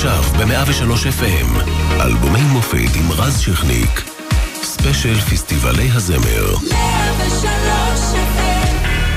עכשיו ב-103 FM, אלבומי מופת עם רז שכניק, ספיישל פסטיבלי הזמר. 103 FM.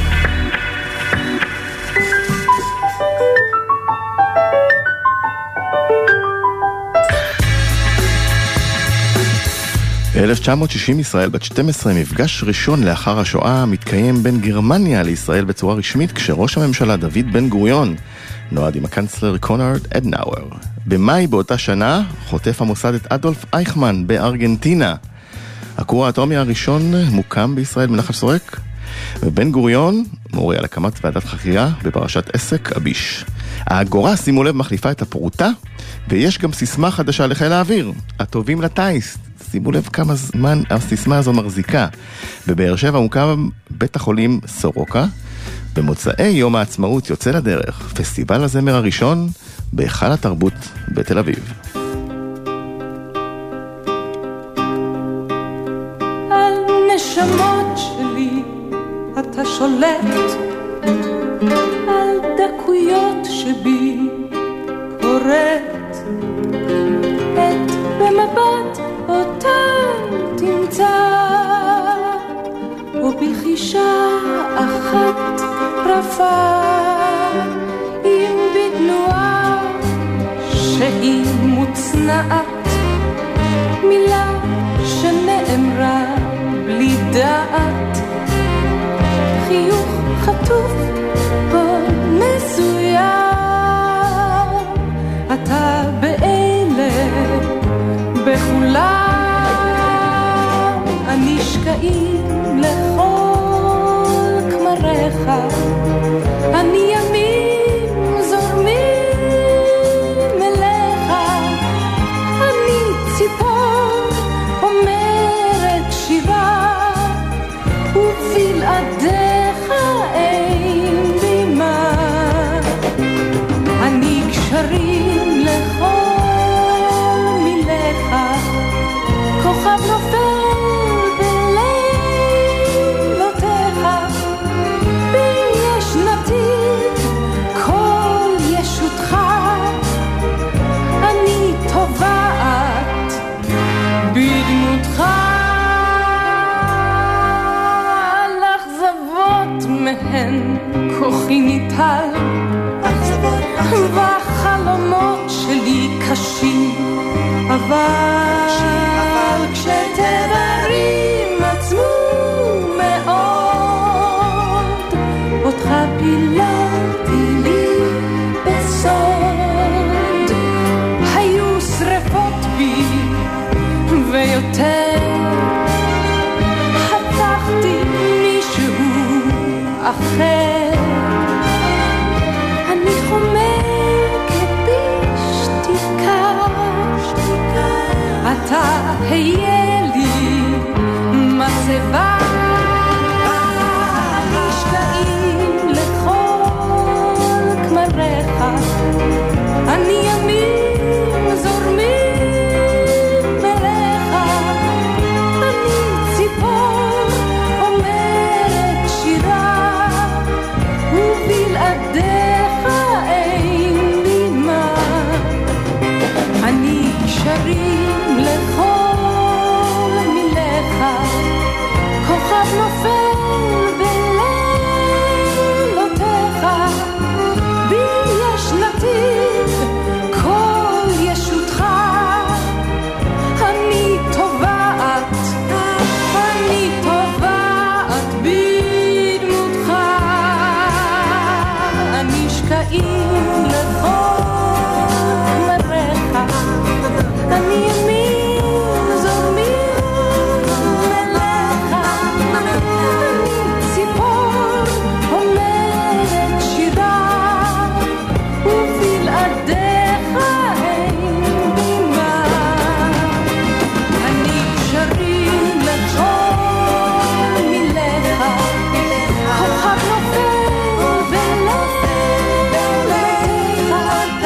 1960 ישראל בת 12, מפגש ראשון לאחר השואה מתקיים בין גרמניה לישראל בצורה רשמית כשראש הממשלה דוד בן גוריון נועד עם הקנצלר קונרד אדנאואר. במאי באותה שנה חוטף המוסד את אדולף אייכמן בארגנטינה. הכור האטומי הראשון מוקם בישראל בנחל סורק, ובן גוריון מורה על הקמת ועדת חקירה בפרשת עסק אביש. האגורה, שימו לב, מחליפה את הפרוטה, ויש גם סיסמה חדשה לחיל האוויר, הטובים לטייס. שימו לב כמה זמן הסיסמה הזו מחזיקה. בבאר שבע מוקם בית החולים סורוקה. במוצאי יום העצמאות יוצא לדרך פסטיבל הזמר הראשון בהיכל התרבות בתל אביב. על נשמות שלי אתה שולט, על דקויות שבי קוראת, את במבט אותן תמצא, ובחישה אחת רפה, אם בתנועה שהיא מוצנעת, מילה שנאמרה בלי דעת, חיוך חטוף או מסוים, אתה באלה בכולם הנשקעים לכל כמריך, אני ימים זורמים אליך, אני ציפור אומרת שירה, ובלעדיך אין לי מה, אני גשרים לכל מילך, כוכב נופל בלילותיך, בין יש נתיב כל ישותך, אני טובעת בדמותך, לאכזבות מהן כוחי ניטל, והחלומות שלי קשים, אבל כשתדרים עצמו מאוד, אותך פיללתי לי בסוד, היו שרפות בי ויותר, חתכתי מישהו אחר, אני חומקת בשתיקה, אתה היה לי מצבה, נשקעים לכל כמריך, אני ימים זורמים אליך, אני ציפור אומרת שירה, ובלעדיך אין לי מה, אני גשרים לכל מילך, כוכב נופל בלילותיך, בי יש נתיב כל ישותך, אני טובעת בדמותך, הנשקעים לכל מריך, אני ימים זורמים אליך, אני ציפור אומרת שירה, ובלעדיך אין לי מה, אני גשרים לכל מילך, כוכב נופל בלילותיך,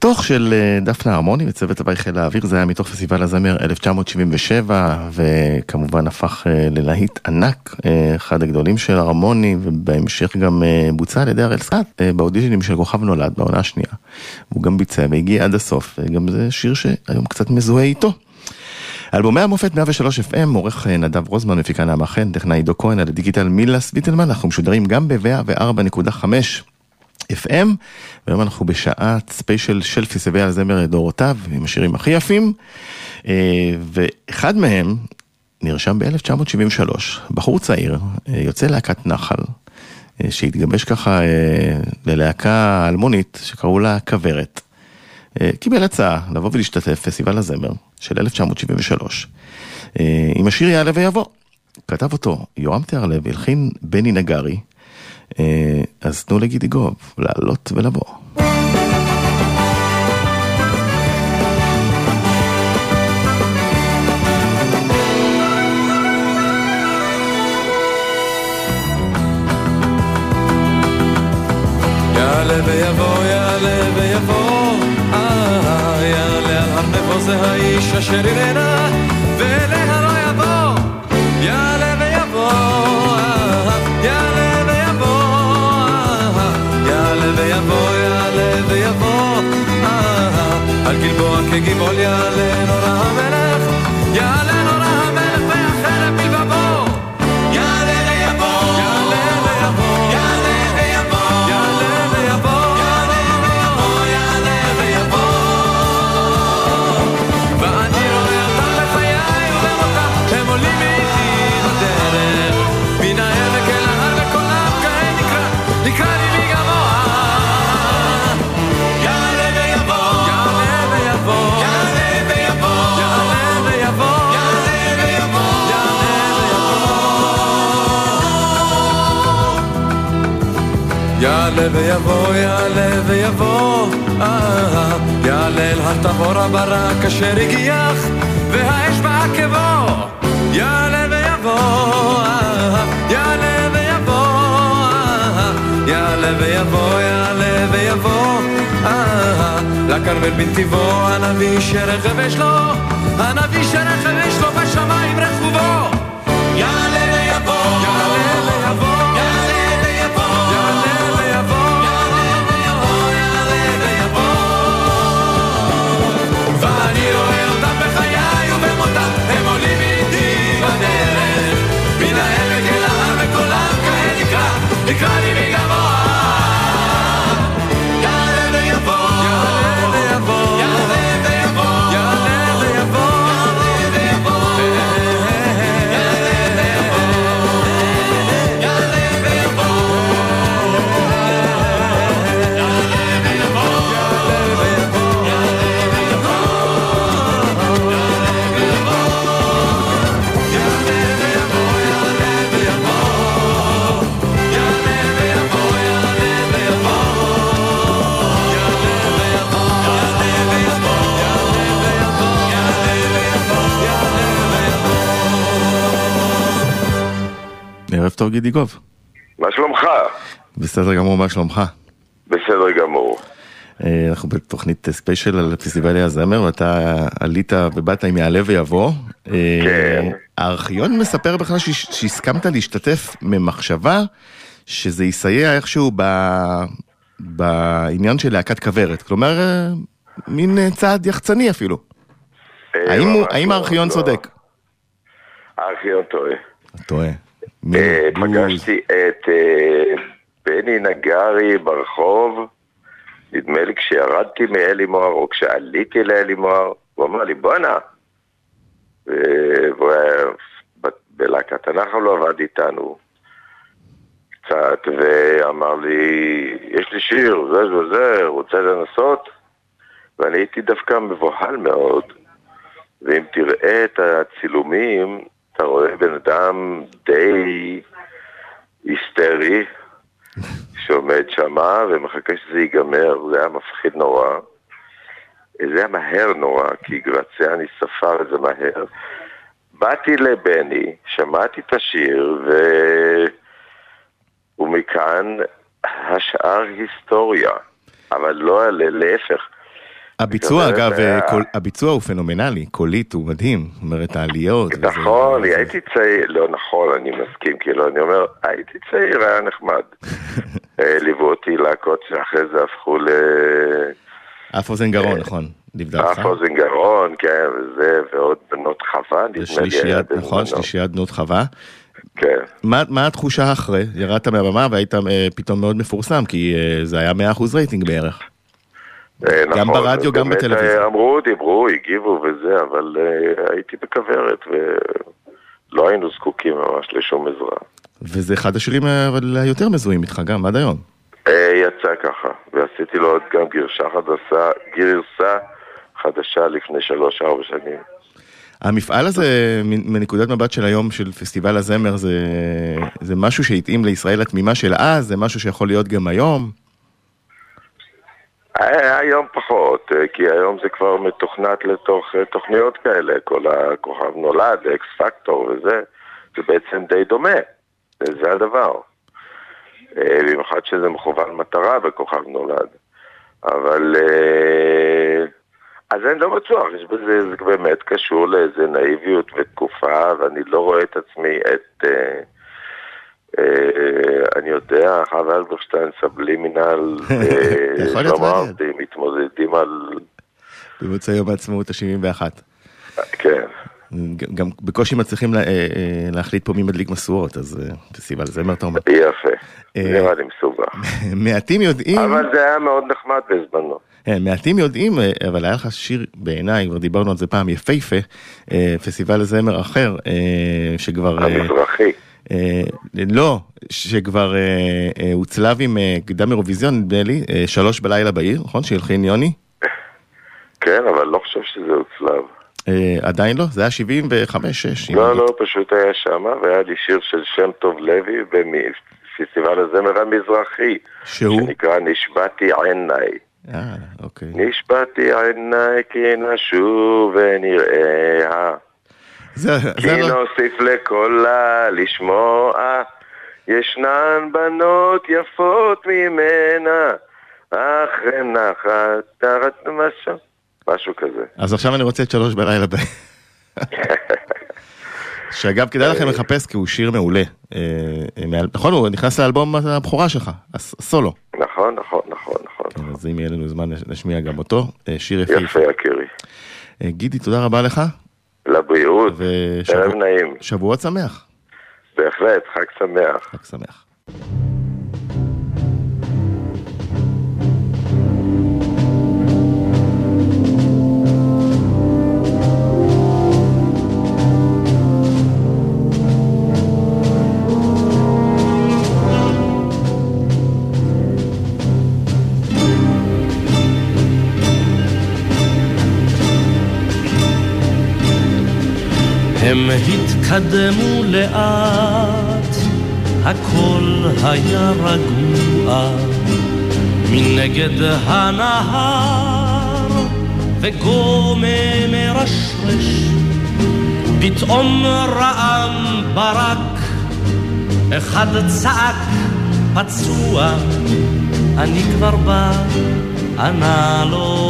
מתוך של דפנה הרמוני וצוות הבית חיל האוויר, זה היה מתוך פסטיבל הזמר 1977, וכמובן הפך ללהיט ענק, אחד הגדולים של הרמוני, ובהמשך גם בוצע על ידי הראל סקאט באודישנים של כוכב נולד בעונה השנייה. הוא גם ביצע והגיע עד הסוף, גם זה שיר שהיום קצת מזוהה איתו. אלבומי המופת 103 FM, עורך נדב רוזמן, מפיקה נעמה חן, טכנאי עידו כהן, על דיגיטל מילה סוויטלמן. אנחנו משודרים גם ב-104.5 FM, והיום אנחנו בשעת ספיישל של פסטיבל הזמר לדורותיו, עם השירים הכי יפים, ואחד מהם נרשם ב-1973, בחור צעיר, יוצא להקת נחל, שהתגבש ככה ללהקה אלמונית, שקראו לה כברת. קיבל הצעה לבוא ולהשתתף פסטיבל הזמר של 1973, עם השיר יעלה ויבוא. כתב אותו יורם תיארלב, הלחין בני נגרי, אז תנו לגידי גוב לעלות ולבוא. יעלה ויבוא, יעלה ויבוא, יעלה על הר נבו, זה האיש אשר ירנה ואליה לא יבוא. יעלה ויבוא, יעלה ויבוא, יעלה ויבוא, על גלבוע כגיבול יעלה נורא המלך, יעלה נורא המלך והחרב בלבבו. יעלה ויבוא, יעלה ויבוא, יעלה ויבוא, יעלה ויבוא, יעלה ויבוא, יעלה ויבוא. ואני רואה אותם בחיי ובמותם, הם עולים איתי בדרך, מן העמק אל ההר וקולם כהן נקרא לי מגבוה. יעלה ויבוא, יעלה ויבוא, יעלה אל הר תבור הברק אשר הגיח והאש בעקבו. יעלה ויבוא, יעלה ויבוא, יעלה ויבוא, יעלה ויבוא, לכרמל בנתיבו, הנביא שרכב יש לו, הנביא שרכב יש לו בשמיים רכובו. יעלה ויבוא, יעלה ויבוא, נקרא לי מגבוה. יעלה ויבוא, יעלה ויבוא, יעלה ויבוא, יעלה ויבוא, יעלה ויבוא, יעלה ויבוא, ערב טוב גידי גוב. מה שלומך? בסדר גמור, מה שלומך? בסדר גמור. אנחנו בתוכנית ספיישל על פסטיבלי הזמר, ואתה עלית ובאת עם יעלה ויבוא. כן. הארכיון מספר בכלל שהסכמת להשתתף ממחשבה שזה יסייע איכשהו בעניין של להקת כברת. כלומר, מין צעד יחצני אפילו. האם הארכיון צודק? הארכיון טועה. טועה. פגשתי את בני נגרי ברחוב, נדמה לי כשירדתי מאלימוהר או כשעליתי לאלימוהר, הוא אמר לי בואנה, והוא היה בלהקת הנחל, לא עבד איתנו קצת, ואמר לי יש לי שיר, זה, רוצה לנסות? ואני הייתי דווקא מבוהל מאוד, ואם תראה את הצילומים אתה רואה בן אדם די היסטרי שעומד שמה ומחכה שזה ייגמר. זה היה מפחיד נורא, זה היה מהר נורא, כי גרציאני ספר את זה מהר. באתי לבני, שמעתי את השיר ומכאן השאר היסטוריה, אבל לא להפך. הביצוע, אגב, הביצוע הוא פנומנלי, קולית הוא מדהים, זאת אומרת, העליות. נכון, הייתי צעיר, לא נכון, אני מסכים, כאילו, אני אומר, הייתי צעיר, היה נחמד. ליוו אותי להקות שאחרי זה הפכו אף אוזן גרון, נכון, אף אוזן גרון, כן, וזה, ועוד בנות חווה, נכון, שלישיית בנות חווה. כן. מה התחושה אחרי? ירדת מהבמה והיית פתאום מאוד מפורסם, כי זה היה 100% רייטינג בערך. גם ברדיו, גם בטלוויזיה. אמרו, דיברו, הגיבו וזה, אבל הייתי בכוורת, ולא היינו זקוקים ממש לשום עזרה. וזה אחד השירים היותר מזוהים איתך גם, עד היום. יצא ככה, ועשיתי לו עוד גם גרסה חדשה לפני 3-4 שנים. המפעל הזה, מנקודת מבט של היום, של פסטיבל הזמר, זה משהו שהתאים לישראל התמימה של אז, זה משהו שיכול להיות גם היום? היום פחות, כי היום זה כבר מתוכנת לתוך תוכניות כאלה, כל הכוכב נולד, אקס פקטור וזה, זה בעצם די דומה, זה הדבר. במיוחד שזה מכוון מטרה בכוכב נולד. אבל אז אני לא בטוח, יש בזה, זה באמת קשור לאיזה נאיביות ותקופה, ואני לא רואה את עצמי אני יודע, חווה אלברשטיין סבלימינל, שלמה ארצי, מתמודדים על... במוצאי יום העצמאות ה-71. כן. גם בקושי מצליחים להחליט פה מי מדליק מסורות, אז פסטיבל זמר אתה אומר. יפה, נראה לי מסובך. מעטים יודעים... אבל זה היה מאוד נחמד בזמנו. מעטים יודעים, אבל היה לך שיר בעיניי, כבר דיברנו על זה פעם, יפהפה, פסטיבל זמר אחר, שכבר... המזרחי. לא, שכבר הוצלב עם קדם אירוויזיון, נדמה לי, 3 בלילה בעיר, נכון? שהלחין יוני? כן, אבל לא חושב שזה הוצלב. עדיין לא? זה היה 75-6. לא, פשוט היה שמה, והיה לי שיר של שם טוב לוי בפסטיבל הזמר המזרחי, שנקרא נשבעתי עיניי. אוקיי. נשבעתי עיניי כי נשוב ונראה. כי נוסיף לקולה לשמוע, ישנן בנות יפות ממנה, אחרי נחת תחת משהו כזה. אז עכשיו אני רוצה את 3 בלילה שאגב כדאי לכם לחפש, כי הוא שיר מעולה. נכון, הוא נכנס לאלבום הבכורה שלך, הסולו. נכון. אז אם יהיה לנו זמן נשמיע גם אותו, שיר יפה. יפה, יקירי. גידי, תודה רבה לך. לבריאות, ערב נעים. שבועות שמח. בהחלט, חג שמח. חג שמח. הם התקדמו לאט, הכל היה רגוע, מנגד הנהר וגומה מרשרש, פתאום רעם ברק, אחד צעק פצוע, אני כבר בא, ענה לו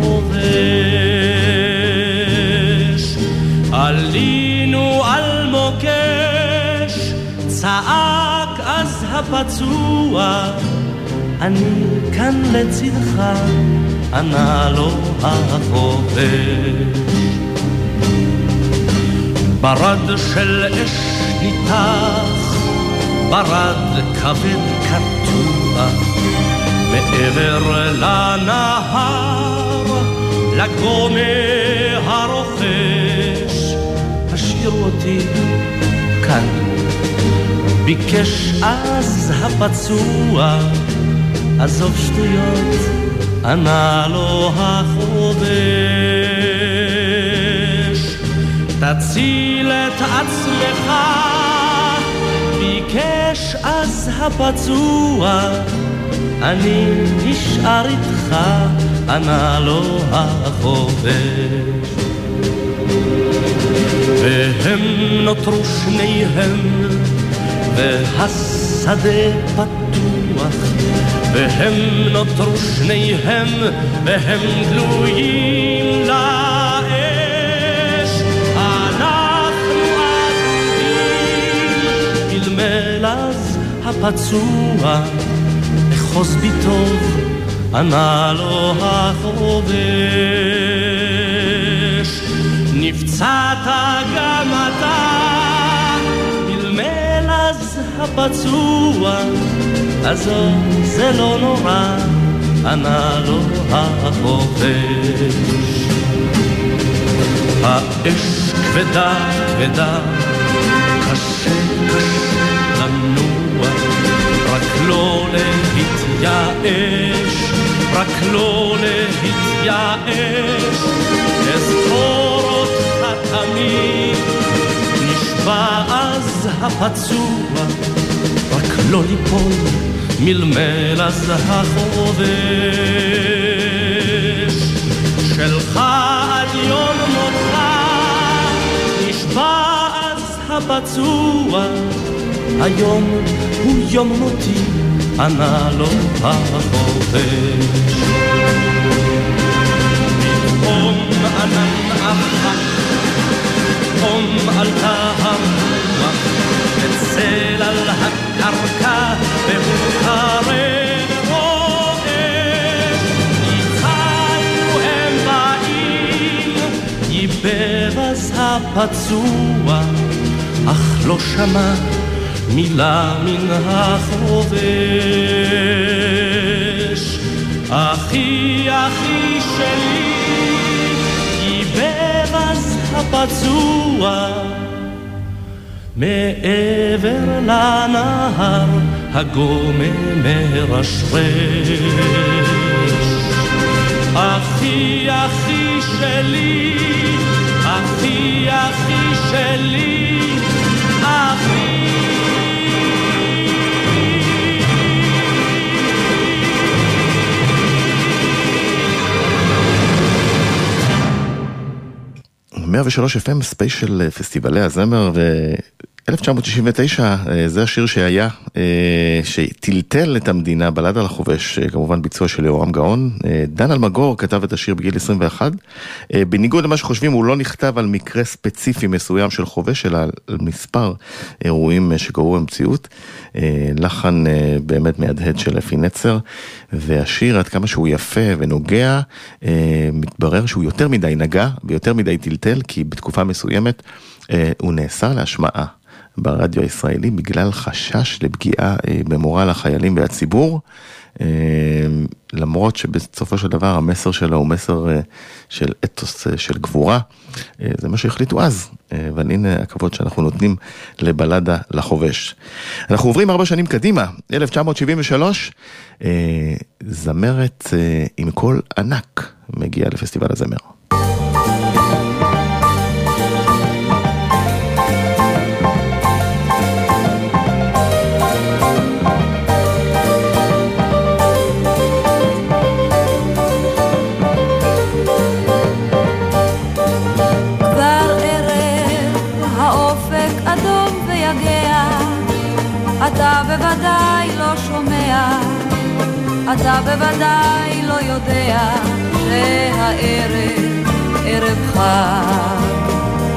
החובש. עלינו על מוקש, צעק אז הפצוע, אני כאן לצדך, ענה לו החובש. ברד של אש ניתח, ברד כבד קטוע, מעבר לנהר, לגומה הרוכש, השאיר אותי כאן. ביקש אז הפצוע, עזוב שטויות, ענה לו החובש. תציל את עצמך, ביקש אז הפצוע, אני נשאר איתך, ענה לו החובש. והם נותרו שניהם, והשדה פתוח, והם נותרו שניהם והם גלויים לאש. אנחנו עתידים מלמלז הפצוע, אחוז בי טוב ענה לו החובש. נפצעת גם אתה מלמלז הפצוע, אז זה לא נורא ענה לו החובש. האש כבדה כבדה, קשה קשה לנוע, רק לא להתייאש, רק לא להתייאש. אזכור אותך תמיד, נשבע אז הפצוע, רק לא ליפול מלמלז החובש. שלך עד יום מותך, נשבע אז הפצוע, היום הוא יום מותי ענה לו החובש. פתאום ענן אחת, פתאום עלתה הרוח, אצל על הקרקע והוא קרן רועש. ניצלנו הם באים, ייבב אז הפצוע, אך לא שמע מילה מן החובש. אחי אחי שלי, ייבב אז הפצוע, מעבר לנהר הגומם מרשרש. אחי אחי שלי, אחי אחי שלי, אחי. מאה ושלוש FM ספיישל פסטיבלי הזמר, ו-1969 זה השיר שהיה, שטלטל את המדינה, בלד על החובש, כמובן ביצוע של יורם גאון. דן אלמגור כתב את השיר בגיל 21, בניגוד למה שחושבים הוא לא נכתב על מקרה ספציפי מסוים של חובש, אלא על מספר אירועים שקרו במציאות. לחן באמת מהדהד של אפי נצר, והשיר עד כמה שהוא יפה ונוגע, מתברר שהוא יותר מדי נגע ויותר מדי טלטל, כי בתקופה מסוימת הוא נאסר להשמעה ברדיו הישראלי בגלל חשש לפגיעה במורל החיילים והציבור, למרות שבסופו של דבר המסר שלו הוא מסר של אתוס של גבורה. זה מה שהחליטו אז, אבל הנה הכבוד שאנחנו נותנים לבלדה לחובש. אנחנו עוברים 4 שנים קדימה, 1973, זמרת עם קול ענק מגיעה לפסטיבל הזמר. אתה בוודאי לא שומע, אתה בוודאי לא יודע שהערב ערב חג.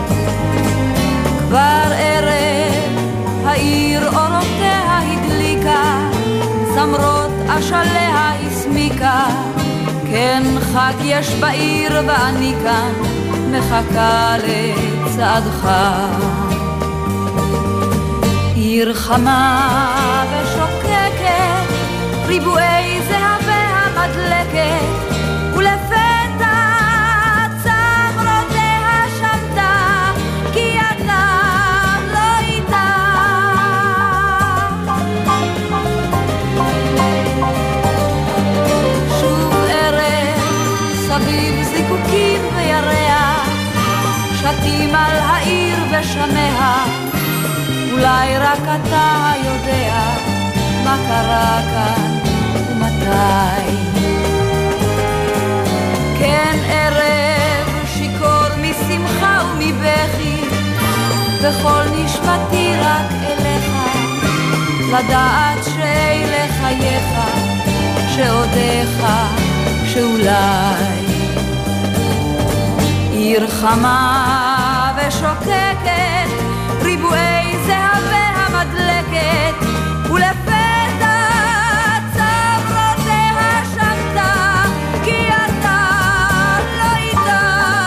כבר ערב העיר אורותיה הדליקה, זמרות אשליה הסמיקה, כן חג יש בעיר ואני כאן מחכה לצעדך. עיר חמה ושוקקת, ריבועי זהבה המדלקת, ולפתע צמרותיה שמתה, כי אתה לא איתה. שוב ערב, סביב זיקוקים וירח, שתים על העיר ושמיה, אולי רק אתה יודע מה קרה כאן ומתי. כן ערב שיקור משמחה ומבכי, וכל נשמתי רק אליך, לדעת שאלה חייך, שעודיך, שאולי עיר חמה ושוקקת, ריבועי זהב והמדלקת, ולפתע צברותיה שמתה, כי אתה לא איתה.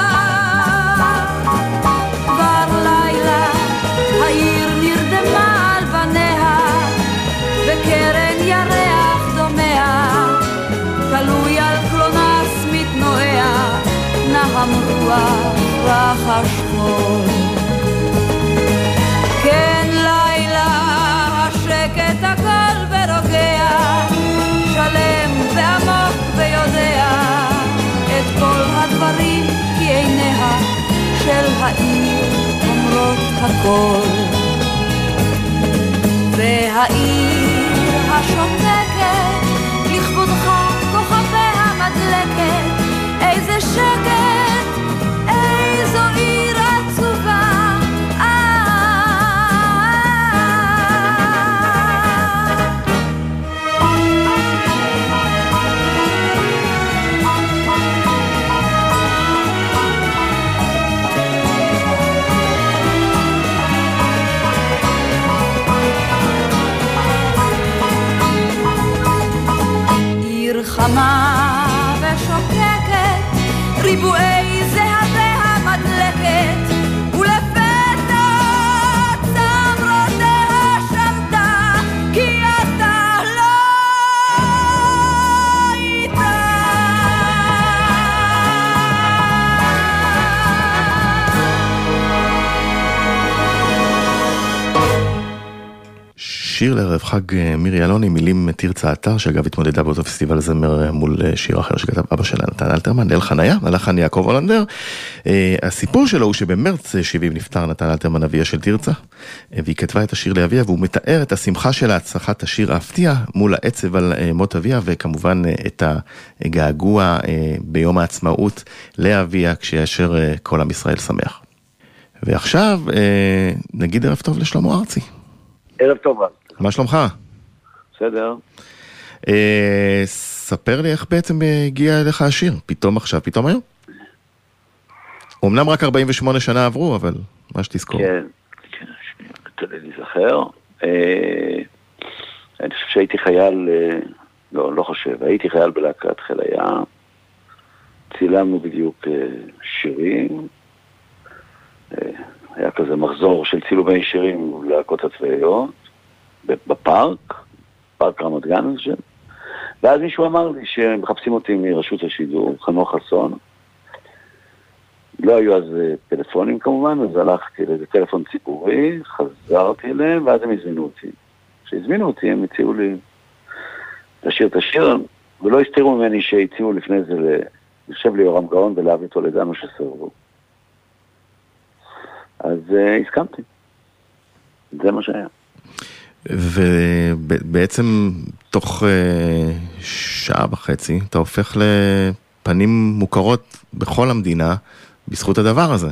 כבר לילה העיר נרדמה על בניה, וקרן ירח דומע, תלוי על קלונס מתנועע, נהם רוח רחש חול. כן לילה השקט הכל ורוגע, שלם ועמוק ויודע את כל הדברים, כי עיניה של העיר אומרות הכל. והעיר השותקת לכבודך כוכביה מדלקת, איזה שקט, איזו עיר עצובה. עיר חמה ושוקקת, ריבועי זהב והמדלקת, ולפתע צמרותיה שמתה, כי אתה לא איתה. שיר לערב חג מירי אלוני, מילים תרצה אתר, שאגב התמודדה באותו פסטיבל זמר מול שיר אחר שכתב אבא שלה, נתן אלתרמן, ליל חניה, הלחן יעקב הולנדר. הסיפור שלו הוא שבמרץ 70 נפטר נתן אלתרמן, אביה של תרצה, והיא כתבה את השיר לאביה, והוא מתאר את השמחה של הצלחת השיר האפתיה מול העצב על מות אביה, וכמובן את הגעגוע ביום העצמאות לאביה, כשישר כל עם ישראל שמח. ועכשיו נגיד ערב טוב לשלמה ארצי. ערב טוב. מה שלומך? בסדר. ספר לי איך בעצם הגיע אליך השיר, פתאום עכשיו, פתאום היום. אמנם רק 48 שנה עברו, אבל מה שתזכור. כן, שנייה, תודה להיזכר. אני חושב שהייתי חייל, לא חושב, הייתי חייל בלהקת חיל הים, צילמנו בדיוק שירים, היה כזה מחזור של צילומי שירים להקות הצבאיות, בפארק, פארק רמת גן, ואז מישהו אמר לי שמחפשים אותי מרשות השידור, חנוך חסון. לא היו אז טלפונים כמובן, אז הלכתי לאיזה טלפון ציבורי, חזרתי אליהם, ואז הם הזמינו אותי. כשהזמינו אותי, הם הציעו לי לשיר את השיר, ולא הסתירו ממני שהציעו לפני זה לשב לי יורם גאון ולהביא אותו לדנו שסרבו. אז הסכמתי. זה מה שהיה. ובעצם תוך שעה וחצי אתה הופך לפנים מוכרות בכל המדינה בזכות הדבר הזה.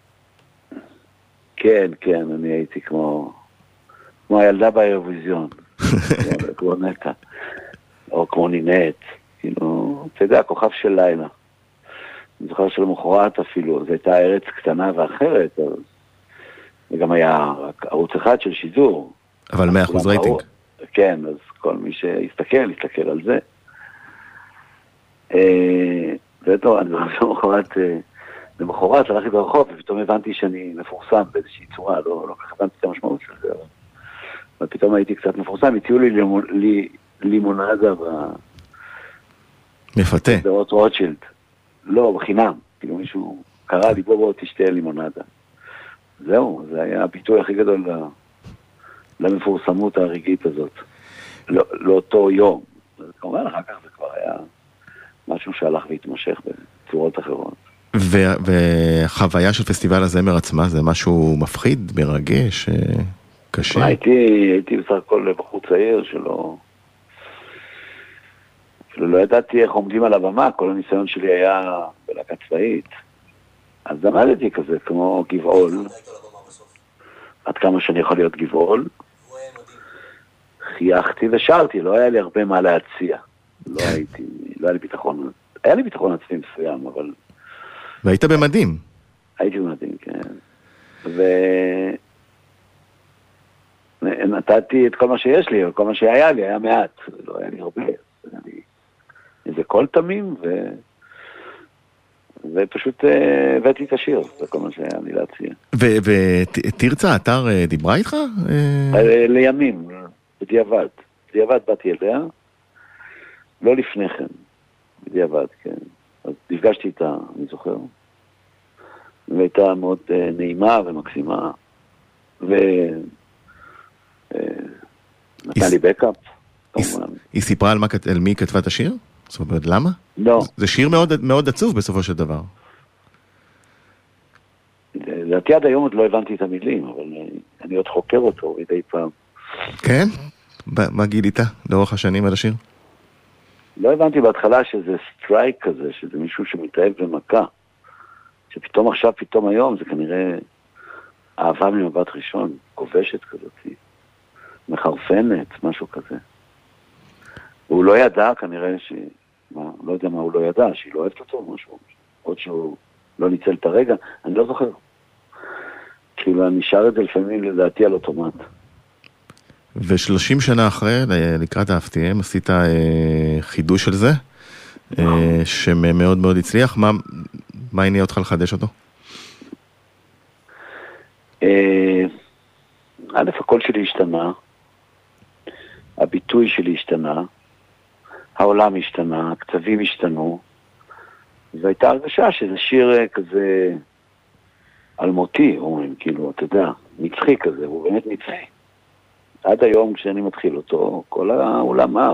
כן, כן, אני הייתי כמו הילדה באירוויזיון, כמו נטה, או כמו נינט, כאילו, אתה יודע, כוכב של לילה. אני זוכר שלמחרת אפילו, זו הייתה ארץ קטנה ואחרת, וגם היה רק ערוץ אחד של שידור. אבל 100% רייטינג. כן, אז כל מי שיסתכל על זה. וטוב, אני זוכר למחרת הלכתי ברחוב, ופתאום הבנתי שאני מפורסם באיזושהי צורה, לא כך הבנתי את המשמעות של זה, אבל פתאום הייתי קצת מפורסם, הציעו לי לימונדה מפתה. בדרות רוטשילד. לא, בחינם. כאילו מישהו קרא לי, בוא תשתה לימונדה. זהו, זה היה הביטוי הכי גדול למפורסמות הרגעית הזאת. לאותו יום. כמובן, אחר כך זה כבר היה משהו שהלך והתמשך בצורות אחרות. והחוויה של פסטיבל הזמר עצמה, זה משהו מפחיד, מרגש, קשה? הייתי בסך הכל בחור צעיר שלא... אפילו לא ידעתי איך עומדים על הבמה, כל הניסיון שלי היה בלהקה צבאית. אז למדתי כזה, כמו גבעול. עד כמה שאני יכול להיות גבעול. חייכתי ושרתי, לא היה לי הרבה מה להציע. לא היה לי ביטחון, היה לי ביטחון עצמי מסוים, אבל... והיית במדים. הייתי במדים, כן. ונתתי את כל מה שיש לי, וכל מה שהיה לי, היה מעט. לא היה לי הרבה. איזה קול תמים, ופשוט הבאתי את השיר, זה כל מה שהיה לי להציע. ותרצה, אתר דיברה איתך? לימים, בדיעבד. בדיעבד באתי אליה, לא לפני כן. בדיעבד, כן. אז נפגשתי איתה, אני זוכר. והייתה מאוד נעימה ומקסימה. ונתנה לי בקאפ. היא סיפרה על מי כתבה את השיר? זאת אומרת, למה? לא. זה שיר מאוד עצוב בסופו של דבר. לדעתי עד היום עוד לא הבנתי את המילים, אבל אני עוד חוקר אותו מדי פעם. כן? מה גילית לאורך השנים על השיר? לא הבנתי בהתחלה שזה סטרייק כזה, שזה מישהו שמתאהב במכה. שפתאום עכשיו, פתאום היום, זה כנראה אהבה ממבט ראשון, כובשת כזאת, מחרפנת, משהו כזה. והוא לא ידע כנראה לא יודע מה הוא לא ידע, שהיא לא אוהבת אותו, משהו, עוד שהוא לא ניצל את הרגע, אני לא זוכר. כאילו, אני שר את זה לפעמים לדעתי על אוטומט. ו30 שנה אחרי, לקראת האפתיהם, עשית חידוש של זה, שמאוד מאוד הצליח. מה הניע אותך לחדש אותו? א', הקול שלי השתנה, הביטוי שלי השתנה, העולם השתנה, הקצבים השתנו, והייתה הרגשה שזה שיר כזה אלמותי, אומרים, כאילו, אתה יודע, נצחי כזה, הוא באמת נצחי. עד היום כשאני מתחיל אותו, כל העולם אף.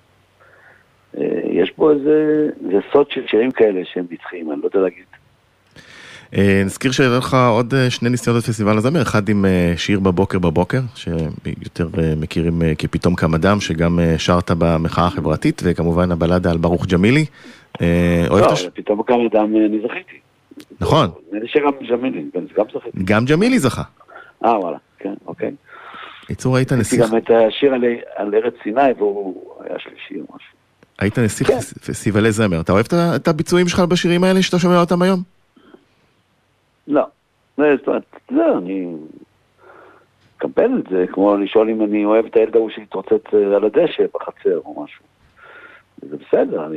יש בו איזה סוד של שירים כאלה שהם נצחיים, אני לא יודע להגיד. נזכיר שהיו לך עוד 2 ניסיונות בפסטיבל הזמר, אחד עם שיר בבוקר, שיותר מכירים כפתאום כמה דם, שגם שרת במחאה החברתית, וכמובן הבלדה על ברוך ג'מילי. לא, פתאום כמה דם אני זכיתי. נכון. נראה שגם ג'מילי, גם זכיתי. גם ג'מילי זכה. וואלה, כן, אוקיי. יצור, היית נסיך... גם את השיר על ארץ סיני, והוא היה שלישי או משהו. היית נסיך פסטיבלי זמר. אתה אוהב את הביצועים שלך בשירים האלה שאתה שומע אותם היום? לא. זאת אומרת, אני מקבל את זה, כמו לשאול אם אני אוהב את הילד ההוא שהתרוצץ על הדשא בחצר או משהו. זה בסדר,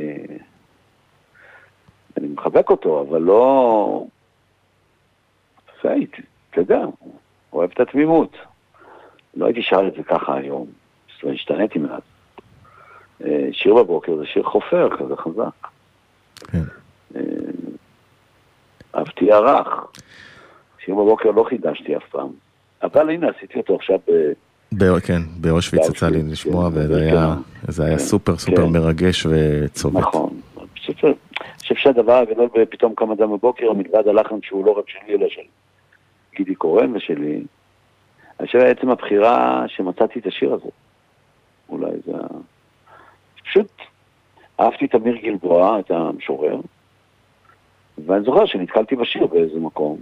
אני מחבק אותו, אבל לא... פייט, אתה יודע, אוהב את התמימות. לא הייתי שר את זה ככה היום, זאת אומרת, השתניתי מעט. שיר בבוקר זה שיר חופר כזה חזק. כן. אהבתי ערך. שיר בבוקר לא חידשתי אף פעם. אבל הנה, עשיתי אותו עכשיו כן, באושוויץ יצא לי לשמוע, וזה היה סופר מרגש וצובט. נכון. אני חושב שהדבר הגדול בפתאום כמה דם בבוקר, מלבד הלחן שהוא לא רק שלי, אלא של גידי קורן ושלי, אני חושב בעצם הבחירה שמצאתי את השיר הזה. אולי זה... פשוט אהבתי את אמיר גלבוע, את המשורר, ואני זוכר שנתקלתי בשיר באיזה מקום,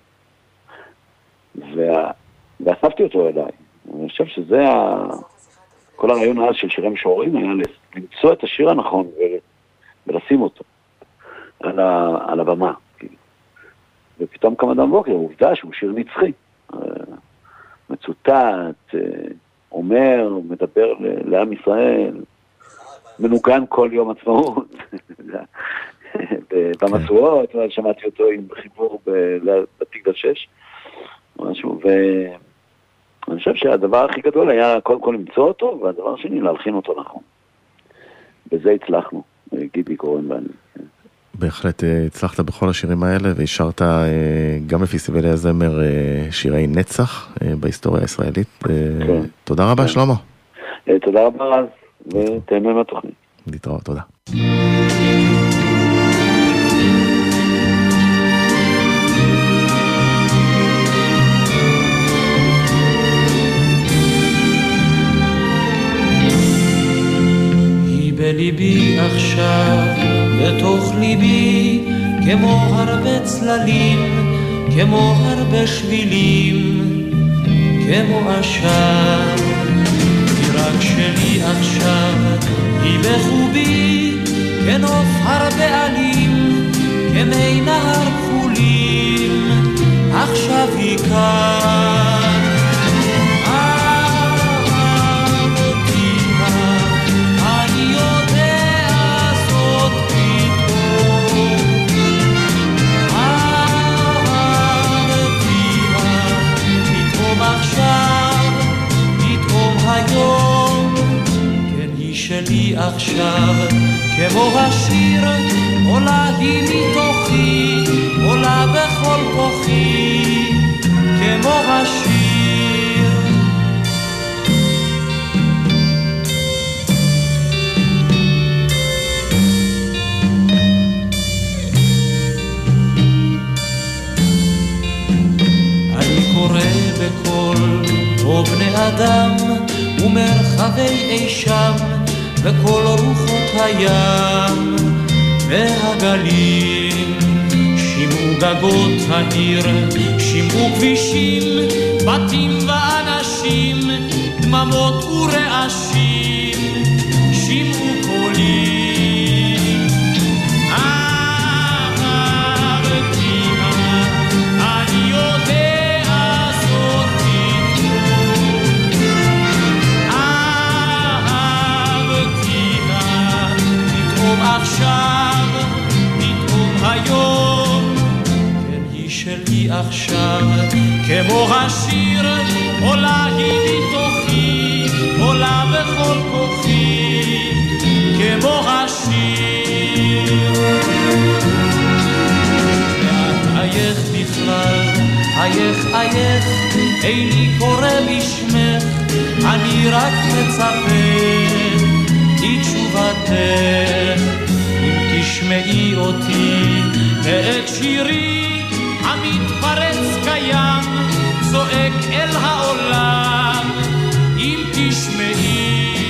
ואספתי אותו אליי. אני חושב שזה כל הרעיון אז של שירי משוררים היה למצוא את השיר הנכון ולשים אותו על הבמה. ופתאום כמה דם בוקר, עובדה שהוא שיר נצחי. מצוטט, אומר, מדבר לעם ישראל, מנוגן כל יום עצמאות, במסורות, שמעתי אותו עם חיבור בתקווה 6, משהו, ואני חושב שהדבר הכי גדול היה קודם כל למצוא אותו, והדבר השני להלחין אותו נכון. בזה הצלחנו, גידי קורן ואני. בהחלט הצלחת בכל השירים האלה, והשארת גם בפסטיבלי הזמר שירי נצח בהיסטוריה הישראלית. תודה רבה, שלמה. תודה רבה, רז, ותהנו עם התוכנית. להתראות, תודה. היא בליבי עכשיו, בתוך ליבי, כמו הרבה צללים, כמו הרבה שבילים, כמו עשן. היא רק שלי עכשיו היא בחובי כנוף הרבה עלים כמי נהר כחולים עכשיו היא כאן אהבתיה אני יודע זאת פתאום אהבתיה פתאום עכשיו פתאום היום כן היא שלי עכשיו כמו השיר עולה היא מתוכי עולה בכל כוחי כמו השיר אני קורא בכל או בני אדם ומרחבי אי שם וכל רוחות הים והגלים שימו גגות העיר שימו כבישים בתים ואנשים דממות ורעשים שימו קולים אהבתיה אני יודע זאת פתאום אהבתיה פתאום עכשיו פתאום היום כן היא שלי עכשיו כמו השיר עולה היא מתוכי עולה בכל כוחי כמו השיר ואת אייך בכלל אייך איני קורא בשמך אני רק מצפה לתשובתך אם תשמעי אותי ואת שירי המתפרץ קיים זועק אל העולם אם תשמעי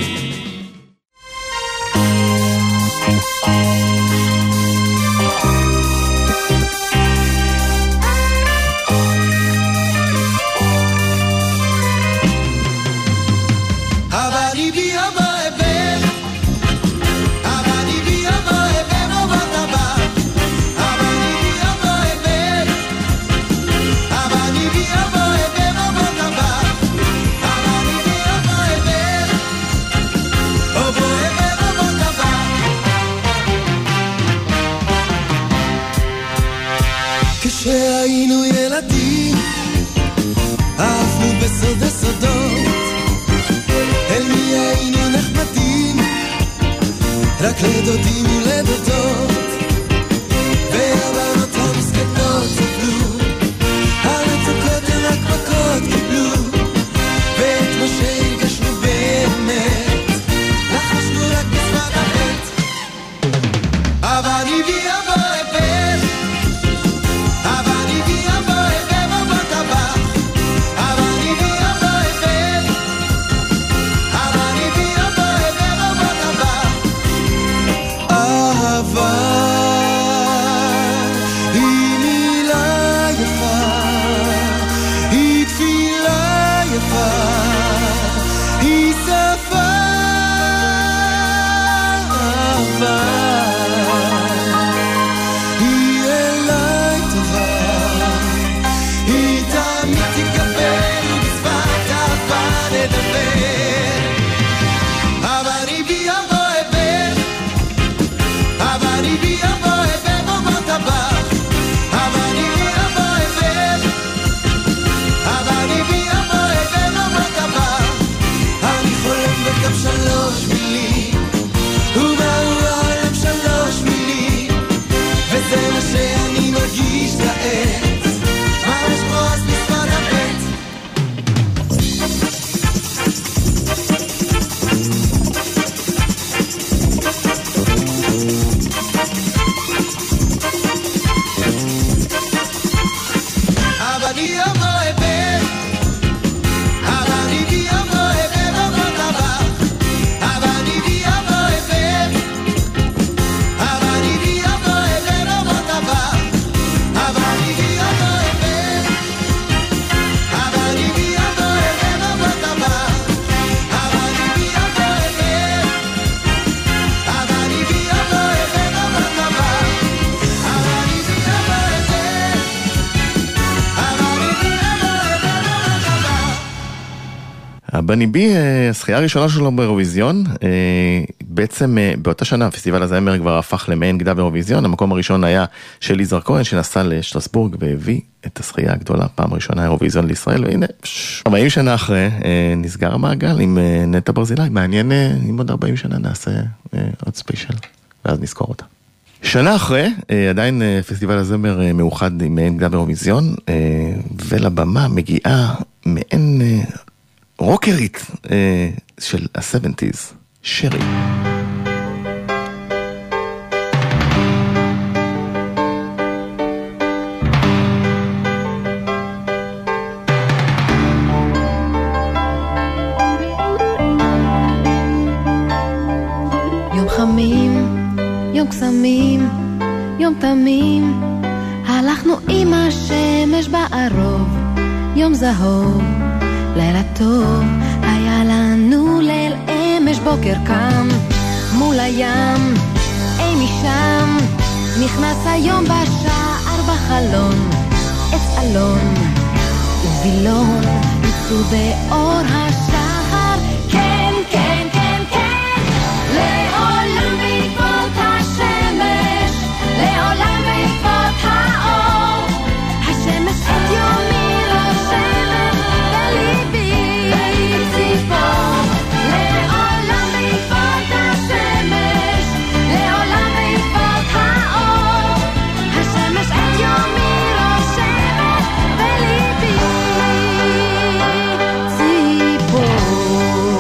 כשהיינו ילדים עפנו בסוד הסודות אל מי היינו נחמדים רק לדודים ולדודות והבנות המסכנות סבלו המתוקות הן רק מכות קיבלו ואת מה שהרגשנו באמת לחשנו רק בשפת החטא אבל הביאה Bye. בניבי, הזכייה הראשונה שלו באירוויזיון, בעצם באותה שנה הפסטיבל הזמר כבר הפך למעין גדה באירוויזיון, המקום הראשון היה של יזהר כהן שנסע לשטרסבורג והביא את הזכייה הגדולה, פעם ראשונה אירוויזיון לישראל, והנה 40 שנה אחרי נסגר המעגל עם נטע ברזילי, מעניין אם עוד 40 שנה נעשה עוד ספיישל, ואז נזכור אותה. שנה אחרי, עדיין פסטיבל הזמר מאוחד עם מעין גדה באירוויזיון, ולבמה מגיעה מעין רוקרית של ה-70s, שרי. יום חמים, יום קסמים, יום תמים, הלכנו עם השמש בערוב, יום זהוב, לילה טוב, היה לנו ליל אמש, בוקר קם, מול הים, אי משם, נכנס היום בשער בחלון, עץ אלון, ובילון, יצאו באור השחר, כן, כן, כן, כן, לעולם בעקבות השמש, לעולם בעקבות האור, השמש את יומי רושמת בליבי ציפור, לעולם בעקבות השמש, לעולם בעקבות האור, השמש את יומי רושמת בליבי ציפור.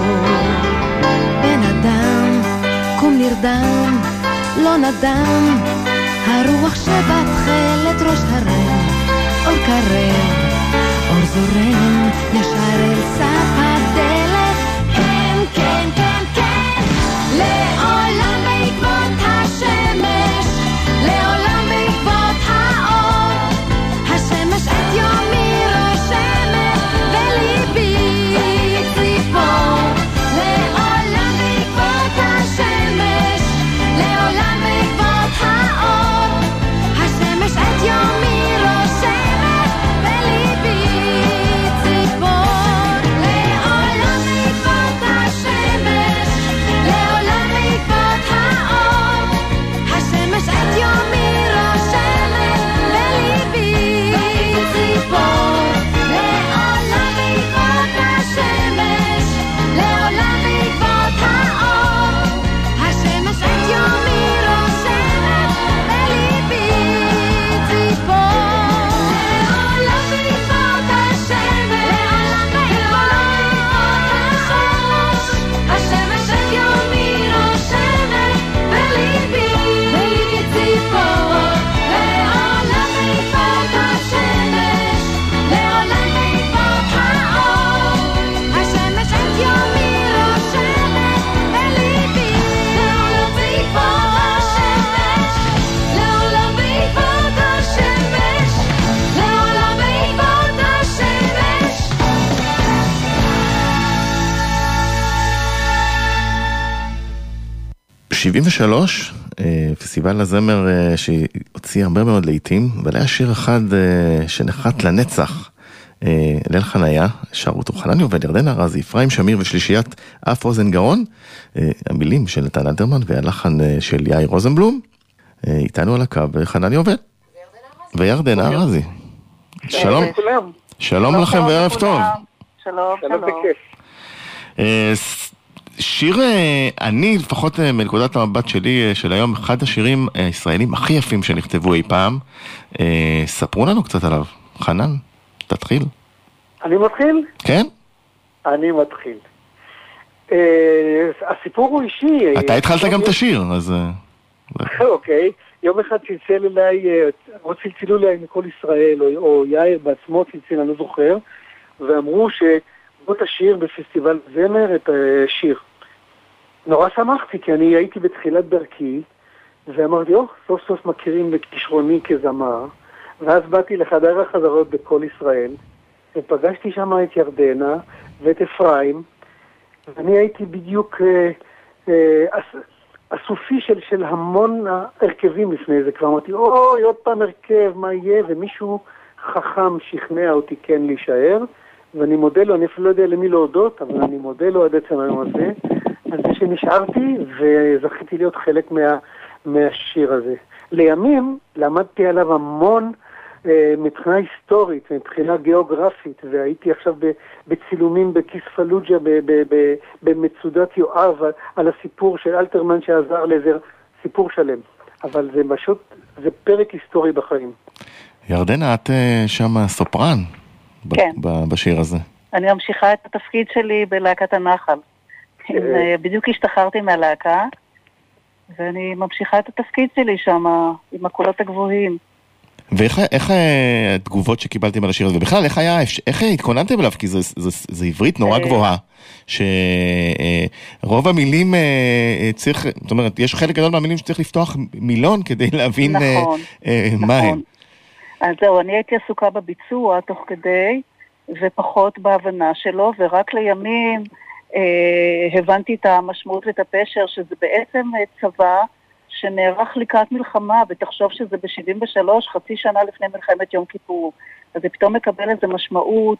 בן אדם, קום נרדם, לא נדם, הרוח שבתחלת ראש הרם, אור קרב, אור זורם, ישר אל סף הדלת, כן, כן, כן, כן, לעולם בעקבות השמש, לעולם בעקבות האור, השמש את יומי רושמת בליבי ציפור, לעולם בעקבות השמש, לעולם בעקבות האור, השמש את יומי רושמת בליבי ציפור, לעולם בעקבות השמש, לעולם בעקבות האור, השמש את יומי רושמת בליבי ציפור, לעולם בעקבות השמש, לעולם בעקבות האור, השמש את יומי רושמת בליבי ציפור, לעולם בעקבות השמש, השמש את יומי רושמת בליבי ציפור, לעולם בעקבות השמש, לעולם בעקבות האור, השמש את יומי רושמת בליבי ציפור, לעולם בעקבות השמש, לעולם בעקבות השמש. 73, פסטיבל הזמר שהוציא הרבה מאוד לעיתים, אבל היה שיר אחד שנחת לנצח, ליל חניה, שרו אותו חנן יובל, ירדנה ארזי, אפרים שמיר ושלישיית אף אוזן גאון, המילים של נתן אלתרמן והלחן של יאיר רוזנבלום, איתנו על הקו חנן יובל וירדנה ארזי. שלום, שלום לכם וערב טוב. שלום, שלום. שיר, אני לפחות מנקודת המבט שלי של היום, אחד השירים הישראלים הכי יפים שנכתבו אי פעם. ספרו לנו קצת עליו. חנן, תתחיל. אני מתחיל? כן? אני מתחיל. הסיפור הוא אישי. אתה התחלת גם את השיר, אז... אוקיי. יום אחד צלצל אליי, או צלצלו אליי מכל ישראל, או יאיר בעצמו צלצל, אני לא זוכר, ואמרו בוא תשיר בפסטיבל זמר את השיר. נורא שמחתי, כי אני הייתי בתחילת דרכי, ואמרתי, סוף סוף מכירים בכישרוני כזמר, ואז באתי לחדר החזרות בכל ישראל, ופגשתי שם את ירדנה ואת אפרים, ואני הייתי בדיוק הסופי של המון הרכבים לפני זה, כבר אמרתי, עוד פעם הרכב, מה יהיה? ומישהו חכם שכנע אותי כן להישאר, ואני מודה לו, אני אפילו לא יודע למי להודות, אבל אני מודה לו עד עצם היום הזה, על זה שנשארתי וזכיתי להיות חלק מהשיר הזה. לימים למדתי עליו המון מבחינה היסטורית, מבחינה גיאוגרפית, והייתי עכשיו בצילומים בכיס פלוג'ה, במצודת יואב, על הסיפור של אלתרמן שעזר לזה, סיפור שלם. אבל זה פשוט, זה פרק היסטורי בחיים. ירדנה, את שם סופרן כן. בשיר הזה. אני ממשיכה את התפקיד שלי בלהקת הנחל. בדיוק השתחררתי מהלהקה, ואני ממשיכה את התפקיד שלי שם עם הקולות הגבוהים. ואיך התגובות שקיבלתם על השיר הזה? ובכלל, איך התכוננתם אליו? כי זה עברית נורא גבוהה, שרוב המילים צריך, זאת אומרת, יש חלק גדול מהמילים שצריך לפתוח מילון כדי להבין מה הם. אז זהו, אני הייתי עסוקה בביצוע תוך כדי, ופחות בהבנה שלו, ורק לימים הבנתי את המשמעות ואת הפשר, שזה בעצם צבא שנערך לקראת מלחמה, ותחשוב שזה ב-73, חצי שנה לפני מלחמת יום כיפור. אז זה פתאום מקבל איזו משמעות,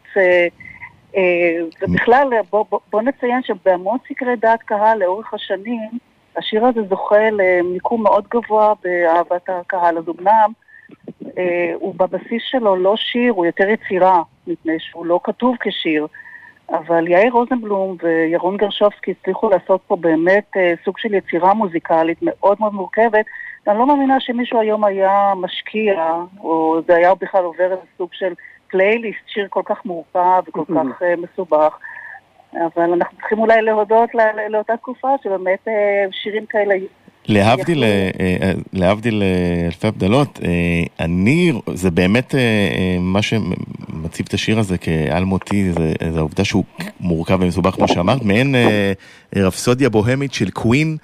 ובכלל, בוא נציין שבהמון סקרי דעת קהל לאורך השנים, השיר הזה זוכה למיקום מאוד גבוה באהבת הקהל. אז אמנם, הוא בבסיס שלו לא שיר, הוא יותר יצירה, מפני שהוא לא כתוב כשיר, אבל יאיר רוזנבלום וירון גרשובסקי הצליחו לעשות פה באמת סוג של יצירה מוזיקלית מאוד מאוד מורכבת, ואני לא מאמינה שמישהו היום היה משקיע, או זה היה בכלל עובר איזה סוג של פלייליסט, שיר כל כך מורכב וכל כך מסובך, אבל אנחנו צריכים אולי להודות לאותה תקופה שבאמת שירים כאלה להבדיל אלפי הבדלות, זה באמת מה שמציב את השיר הזה כעל מותי, זה העובדה שהוא מורכב ומסובך כמו שאמרת, מעין רפסודיה בוהמית של קווין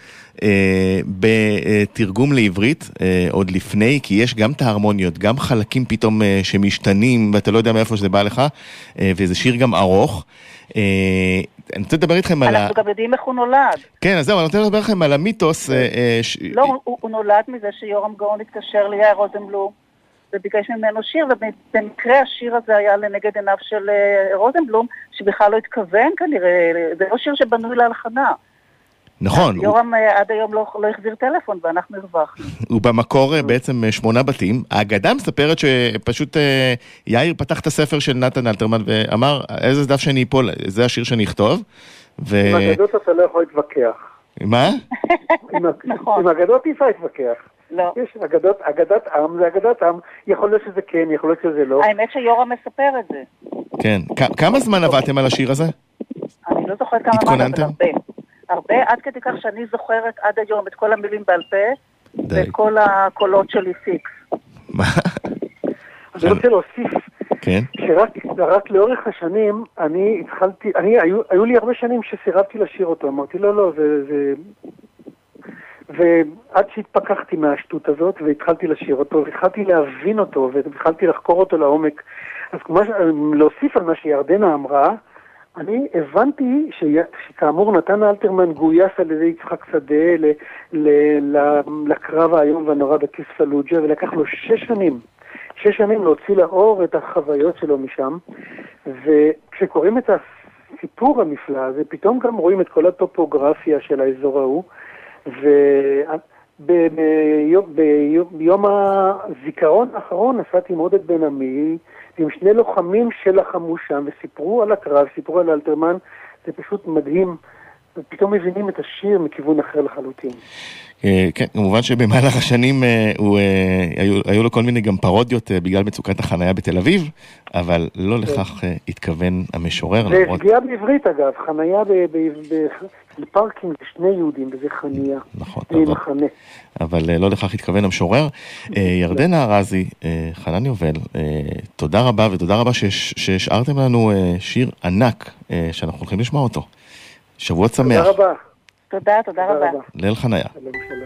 בתרגום לעברית עוד לפני, כי יש גם את ההרמוניות, גם חלקים פתאום שמשתנים ואתה לא יודע מאיפה שזה בא לך, וזה שיר גם ארוך. אני רוצה לדבר איתכם על אנחנו גם יודעים איך הוא נולד. כן, אז זהו, אני רוצה לדבר איתכם על המיתוס. לא, הוא נולד מזה שיורם גאון התקשר ליאיר רוזנבלום וביקש ממנו שיר, ובמקרה השיר הזה היה לנגד עיניו של רוזנבלום, שבכלל לא התכוון כנראה, זה לא שיר שבנוי להלחנה. נכון. יורם עד היום לא החזיר טלפון ואנחנו הרווחנו. הוא במקור בעצם 8 בתים. האגדה מספרת שפשוט יאיר פתח את הספר של נתן אלתרמן ואמר, איזה דף שאני אפול, זה השיר שאני אכתוב. עם אגדות אתה לא יכול להתווכח. מה? עם אגדות אי אפשר להתווכח. לא. יש אגדת עם, זה אגדת עם, יכול להיות שזה כן, יכול להיות שזה לא. האמת שיורם מספר את זה. כן. כמה זמן עבדתם על השיר הזה? אני לא זוכרת כמה זמן, אבל הרבה, עד כדי כך שאני זוכרת עד היום את כל המילים בעל פה, ואת כל הקולות שלי פיקס. מה? אני רוצה להוסיף, שרק לאורך השנים, היו לי הרבה שנים שסירבתי לשיר אותו, אמרתי לא, זה... ועד שהתפכחתי מהשטות הזאת, והתחלתי לשיר אותו, והתחלתי להבין אותו, והתחלתי לחקור אותו לעומק. אז להוסיף על מה שירדנה אמרה, אני הבנתי שכאמור נתן אלתרמן גויס על ידי יצחק שדה לקרב היום והנורא בכיס פלוג'ה, ולקח לו 6 שנים להוציא לאור את החוויות שלו משם, וכשקוראים את הסיפור הנפלא הזה, פתאום גם רואים את כל הטופוגרפיה של האזור ההוא, ביום הזיכרון האחרון נסעתי עם עודד בן עמי, עם 2 לוחמים שלחמו שם וסיפרו על הקרב, סיפרו על אלתרמן, זה פשוט מדהים, ופתאום מבינים את השיר מכיוון אחר לחלוטין. כן, כמובן שבמהלך השנים היו לו כל מיני גם פרודיות בגלל מצוקת החנייה בתל אביב, אבל לא לכך התכוון המשורר. זה פגיעה בעברית אגב, חנייה בפארקינג ל2 יהודים, וזה חנייה. נכון, אבל לא לכך התכוון המשורר. ירדנה ארזי, חנן יובל, תודה רבה, ותודה רבה שהשארתם לנו שיר ענק, שאנחנו הולכים לשמוע אותו. שבוע שמח. תודה רבה. תודה רבה. ליל חניה. שלום, שלום.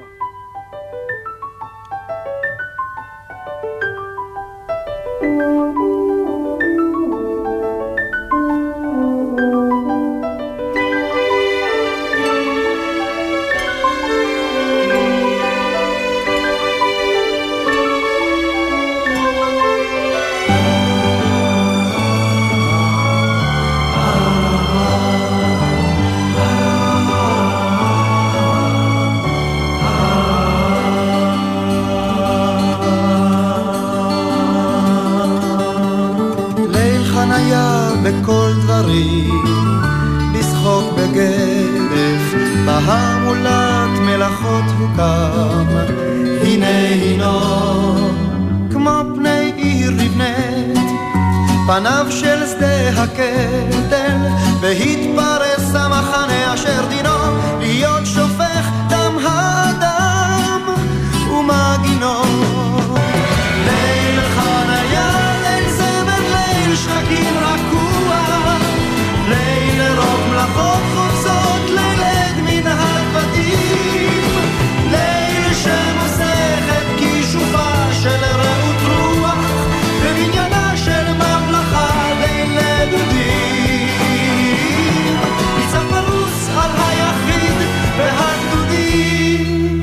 בהמולת מלאכות הוקם, הנה הינו כמו פני עיר נבנית, פניו של שדה הקטל, והתפרס המחנה אשר דינו להיות שופך דם האדם ומגינו. ליל חניה, ליל זמר, ליל שחקים רכוע, ליל רוב מלאכות חופשות, ליל עד מן הדבטים, ליל שמוסכת כישופה של רעות רוח, ובניינה של ממלכה בין לדודים, ניצב פרוס על היחיד והגדודים.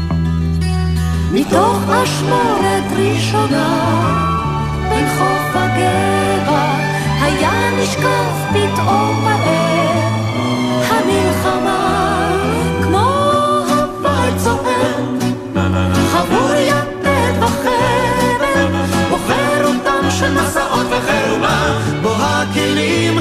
מתוך אשמורת ראשונה בין חוף הגבע היה נשקף פתאום מהר המלחמה, כמו הוואי צועד חבור יתד וחבל, בוחר אותם של מסעות וחירומה, בו הכלים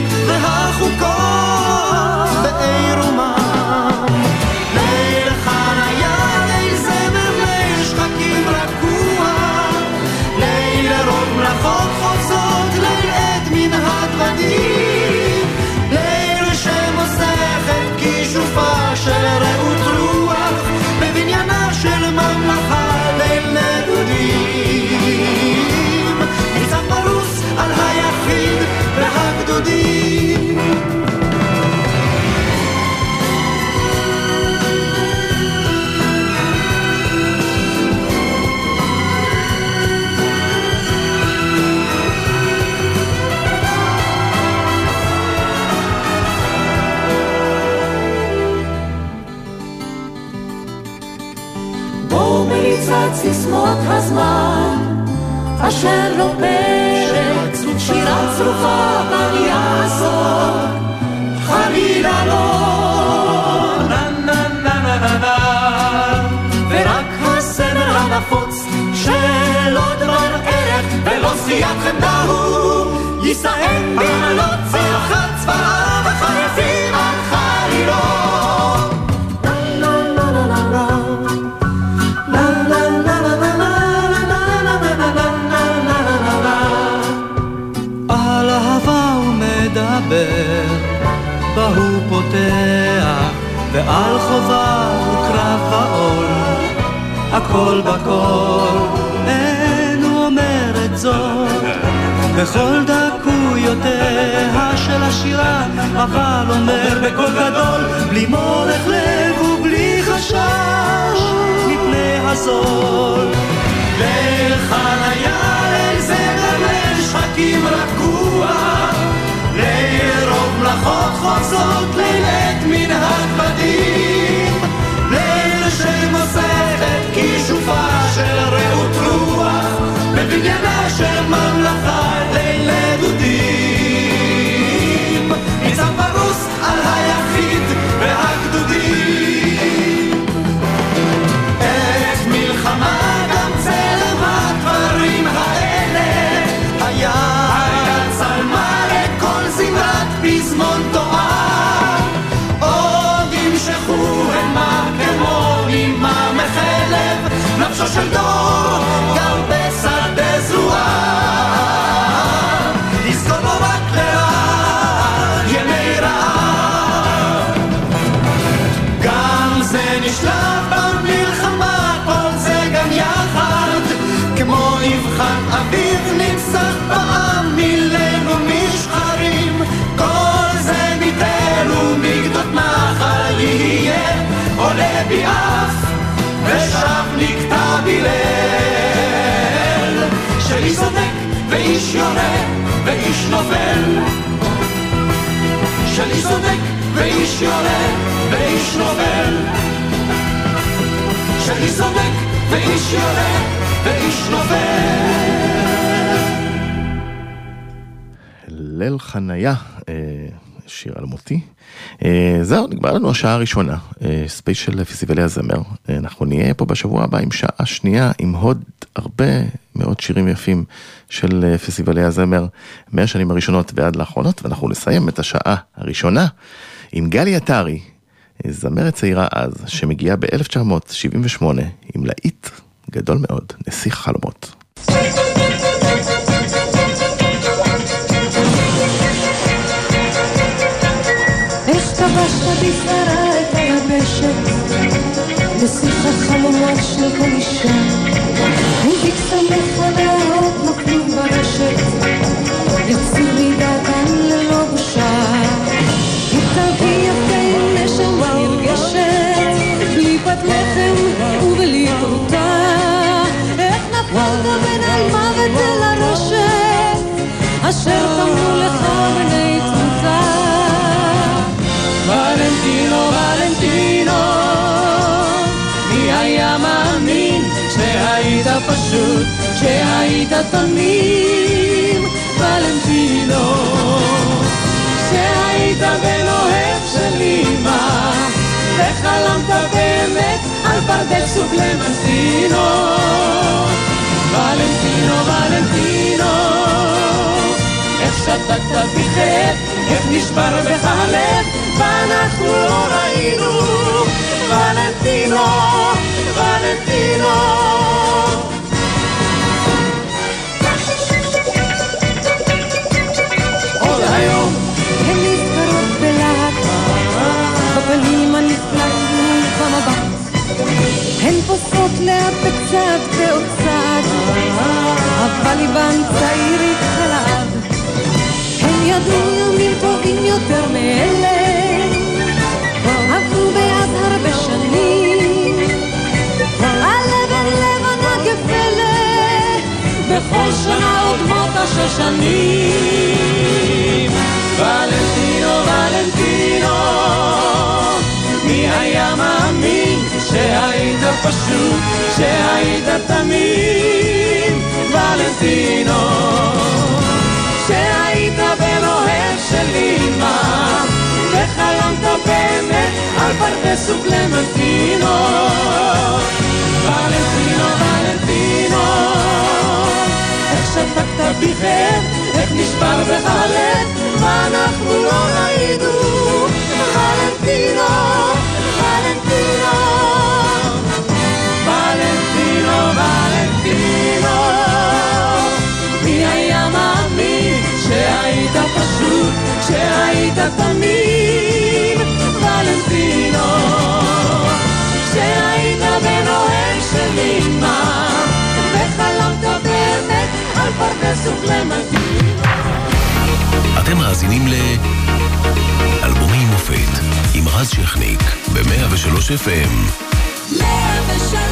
והחוקות בעירומה. ליל חניה, ליל זמר, ליל שחקים רכוע, ליל רוב מלאכות חופשות, ליל עד מן הדבטים, ליל שמוסכת כישופה של רעות רוח, בבניינה של ממלכה בין נדודים, ניצב פרוס על היחיד והגדודים. בו מליצת סיסמות הזמן אשר לא פרק, שירה צרופה בל יעסוק, חלילה לא נה נה נה נה נה נה, ורק הסמל הנפוץ של עוד דבר ערך ולא שיית חמדה הוא יסיים בעלות צלחת צבאה וחרפים על חלילו. על אהבה הוא מדבר, בה הוא פותח, ועל חובה הוא קרב ועול, הכל בכל, אין הוא אומר את זאת, בכל דקויותיה של השירה, אבל אומר בקול גדול, בלי מורך לב ובלי חשש, מפני הזול. ליל חניה, ליל זמר, ליל שחקים רכוע, ליל רוב מלאכות חופשות, ליל עד מן הדבטים, ליל שמוסכת כישופה של רעות רוח, בבניינה של ממלכה ליל לדודים, ניצב פרוס על היחיד והגדודים. את מלחמה גם צלם הדברים האלה היה צלמה לכל זמרת פזמון תואר, עוד ימשכו המה כמו אימה מחלב, נפשו של דור גם בשדה זרועה, יזכור בו רק לרעה ימי רעה. גם זה נשלח במלחמה, כל זה גם יחד, כמו נבחן אביב נפסח בעם מליל ומשחרים, כל זה מתל ומגדות נחל יהיה עולה ביעף ושב נקטע בליל, שאיש צודק ואיש יורה ואיש נופל, שאיש צודק ואיש יורה ואיש נופל, שאיש צודק ואיש יורה ואיש נופל. ליל חניה, שיר אלמותי. זהו, נגמר לנו השעה הראשונה, ספיישל פסטיבלי הזמר. אנחנו נהיה פה בשבוע הבא עם שעה שנייה, עם עוד הרבה מאוד שירים יפים של פסטיבלי הזמר, מהשנים הראשונות ועד לאחרונות, ואנחנו נסיים את השעה הראשונה עם גלי עטרי, זמרת צעירה אז, שמגיעה ב-1978 עם להיט גדול מאוד, נסיך חלומות. איך כבשת בשרה את היבשת, נסיך החלומות של כל אישה, הביק סמך הנאות נופלים ברשת, יצאו מדעתן ללא בושה, היא תביא יפה נשמה נרגשת, בלי פת לחם ובלי פרוטה, איך נפלת בין על מוות אל הרשת, אשר חמנו לך בני תמותה. ולנטינו, ולנטינו, מי היה מאמין שהיית פשוט, שהיית תמים, ולנטינו, שהיית בן אוהב של אמא, וחלמת באמת על פרדס וקלמנטינו. ולנטינו, ולנטינו, איך שתקת בכאב, איך נשבר בך הלב, ואנחנו לא ראינו. ולנטינו, ולנטינו, עוד היום הן נזכרות בלהט, בפנים הנפלאים במבט, הן פוסעות לאט בצד ועוד צד, אבל ליבן צעיר התחלב, הן ידעו ימים טובים יותר מאלה, עברו ביד הרבה שנים, הלבן לבנה כפלא, בכל שנה עוד מותה של שנים. ולנטינו, ולנטינו, מי היה מאמין שהיית פשוט, שהיית תמים, ולנטינו, שהיית בן אוהב של אמא, וחלמת באמת על פרדס וקלמנטינו. ולנטינו, ולנטינו, איך שתקת בכאב, איך נשבר בך הלב, ואנחנו לא ראינו. ולנטינו, ולנטינו, ולנטינו, ולנטינו, מי היה מאמין שהיית פשוט, שהיית תמים, ולנטינו, שהיית בן אוהב של אמא, וחלמת באמת על פרדס וקלמנטינו. אתם מאזינים לאלבומי מופת עם רז שכניק ב-103 FM. 103